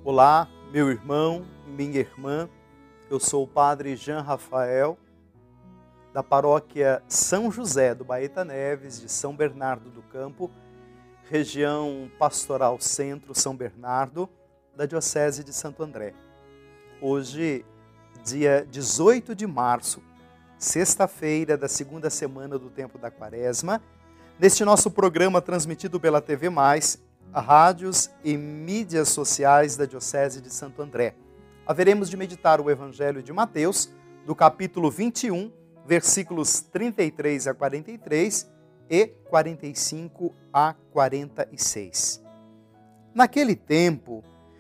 Olá, meu irmão, minha irmã, eu sou o padre Jean Rafael, da paróquia São José do Baeta Neves, de São Bernardo do Campo, região pastoral Centro São Bernardo, da Diocese de Santo André. Hoje, dia 18 de março, sexta-feira da segunda semana do tempo da Quaresma, neste nosso programa transmitido pela TV+, rádios e mídias sociais da Diocese de Santo André. Haveremos de meditar o Evangelho de Mateus, do capítulo 21, versículos 33 a 43 e 45 a 46. Naquele tempo,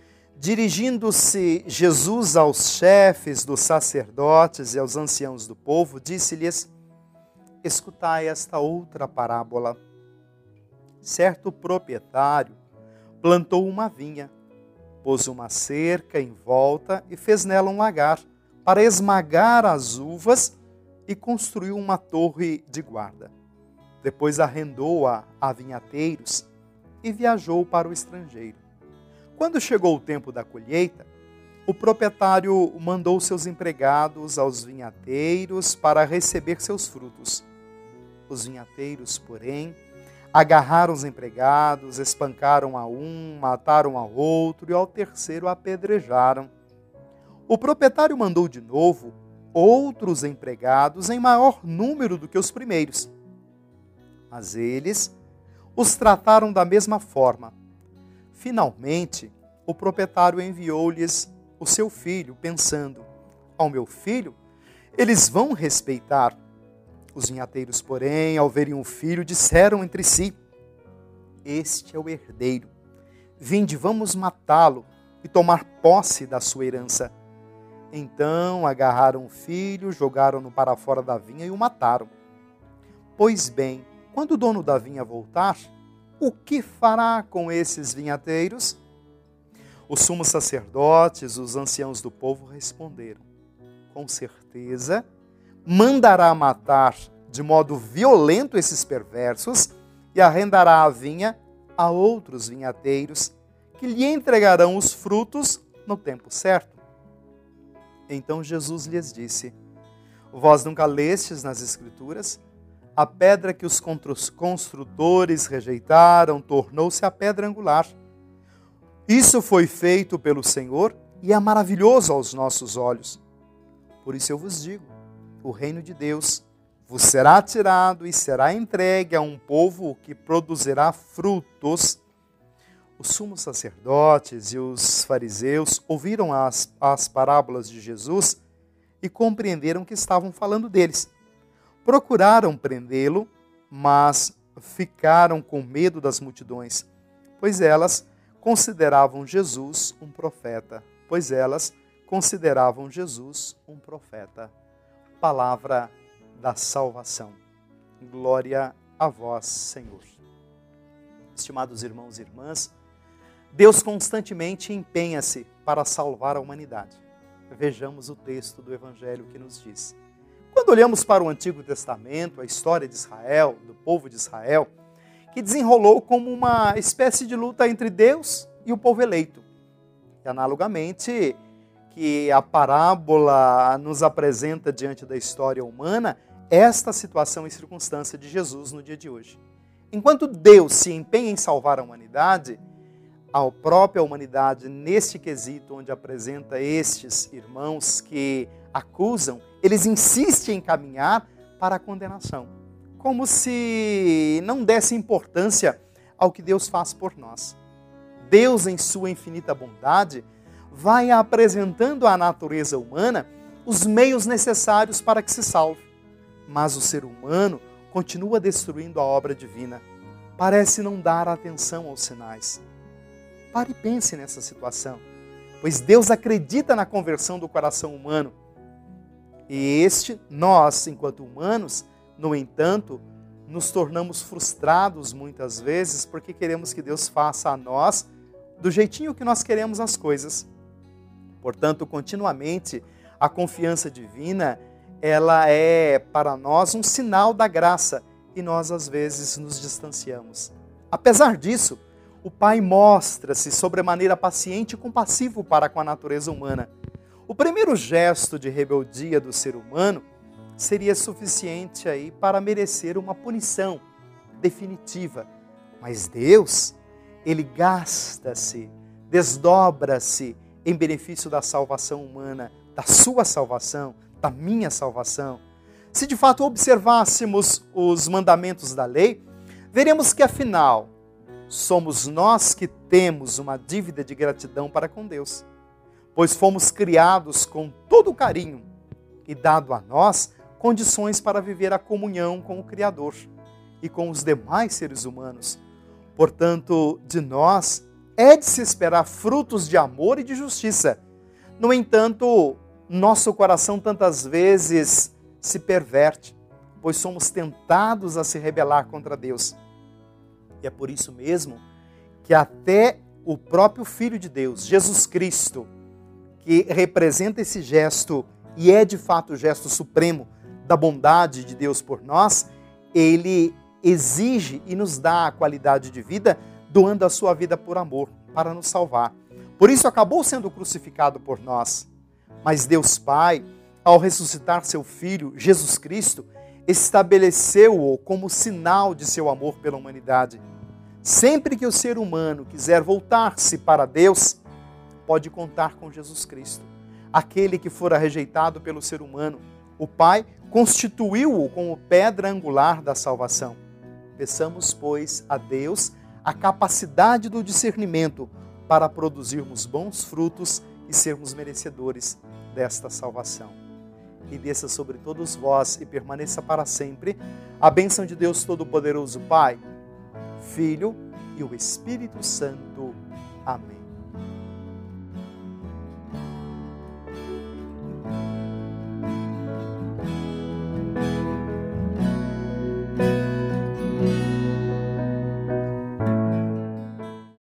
dirigindo-se Jesus aos chefes dos sacerdotes e aos anciãos do povo, disse-lhes: escutai esta outra parábola. Certo proprietário plantou uma vinha, pôs uma cerca em volta e fez nela um lagar para esmagar as uvas e construiu uma torre de guarda. Depois arrendou-a a vinhateiros e viajou para o estrangeiro. Quando chegou o tempo da colheita, o proprietário mandou seus empregados aos vinhateiros para receber seus frutos. Os vinhateiros, porém, agarraram os empregados, espancaram a um, mataram ao outro e ao terceiro apedrejaram. O proprietário mandou de novo outros empregados em maior número do que os primeiros. Mas eles os trataram da mesma forma. Finalmente, o proprietário enviou-lhes o seu filho, pensando: ao meu filho, eles vão respeitar. Os vinhateiros, porém, ao verem o filho, disseram entre si: este é o herdeiro. Vinde, vamos matá-lo e tomar posse da sua herança. Então agarraram o filho, jogaram-no para fora da vinha e o mataram. Pois bem, quando o dono da vinha voltar, o que fará com esses vinhateiros? Os sumos sacerdotes, os anciãos do povo responderam: com certeza mandará matar de modo violento esses perversos e arrendará a vinha a outros vinhateiros que lhe entregarão os frutos no tempo certo. Então Jesus lhes disse: vós nunca lestes nas Escrituras? A pedra que os construtores rejeitaram tornou-se a pedra angular. Isso foi feito pelo Senhor e é maravilhoso aos nossos olhos. Por isso eu vos digo, o reino de Deus vos será tirado e será entregue a um povo que produzirá frutos. Os sumos sacerdotes e os fariseus ouviram as parábolas de Jesus e compreenderam que estavam falando deles. Procuraram prendê-lo, mas ficaram com medo das multidões, pois elas consideravam Jesus um profeta. Palavra da salvação. Glória a vós, Senhor. Estimados irmãos e irmãs, Deus constantemente empenha-se para salvar a humanidade. Vejamos o texto do Evangelho que nos diz. Quando olhamos para o Antigo Testamento, a história de Israel, do povo de Israel, que desenrolou como uma espécie de luta entre Deus e o povo eleito. E analogamente, que a parábola nos apresenta diante da história humana, esta situação e circunstância de Jesus no dia de hoje. Enquanto Deus se empenha em salvar a humanidade, a própria humanidade, neste quesito onde apresenta estes irmãos que acusam, eles insistem em caminhar para a condenação, como se não desse importância ao que Deus faz por nós. Deus, em sua infinita bondade, vai apresentando à natureza humana os meios necessários para que se salve. Mas o ser humano continua destruindo a obra divina. Parece não dar atenção aos sinais. Pare e pense nessa situação, pois Deus acredita na conversão do coração humano. E nós, enquanto humanos, no entanto, nos tornamos frustrados muitas vezes porque queremos que Deus faça a nós do jeitinho que nós queremos as coisas. Portanto, continuamente, a confiança divina, ela é para nós um sinal da graça e nós às vezes nos distanciamos. Apesar disso, o Pai mostra-se sobremaneira paciente e compassivo para com a natureza humana. O primeiro gesto de rebeldia do ser humano seria suficiente aí para merecer uma punição definitiva. Mas Deus, Ele gasta-se, desdobra-se em benefício da salvação humana, da sua salvação, da minha salvação. Se de fato observássemos os mandamentos da lei, veremos que afinal somos nós que temos uma dívida de gratidão para com Deus, pois fomos criados com todo o carinho e dado a nós condições para viver a comunhão com o Criador e com os demais seres humanos. Portanto, de nós é de se esperar frutos de amor e de justiça. No entanto, nosso coração tantas vezes se perverte, pois somos tentados a se rebelar contra Deus. E é por isso mesmo que até o próprio Filho de Deus, Jesus Cristo, que representa esse gesto e é de fato o gesto supremo da bondade de Deus por nós, Ele exige e nos dá a qualidade de vida, doando a sua vida por amor, para nos salvar. Por isso acabou sendo crucificado por nós. Mas Deus Pai, ao ressuscitar seu Filho, Jesus Cristo, estabeleceu-o como sinal de seu amor pela humanidade. Sempre que o ser humano quiser voltar-se para Deus, pode contar com Jesus Cristo. Aquele que fora rejeitado pelo ser humano, o Pai constituiu-o como pedra angular da salvação. Peçamos, pois, a Deus a capacidade do discernimento para produzirmos bons frutos e sermos merecedores desta salvação. E desça sobre todos vós e permaneça para sempre a bênção de Deus Todo-Poderoso, Pai, Filho e o Espírito Santo. Amém.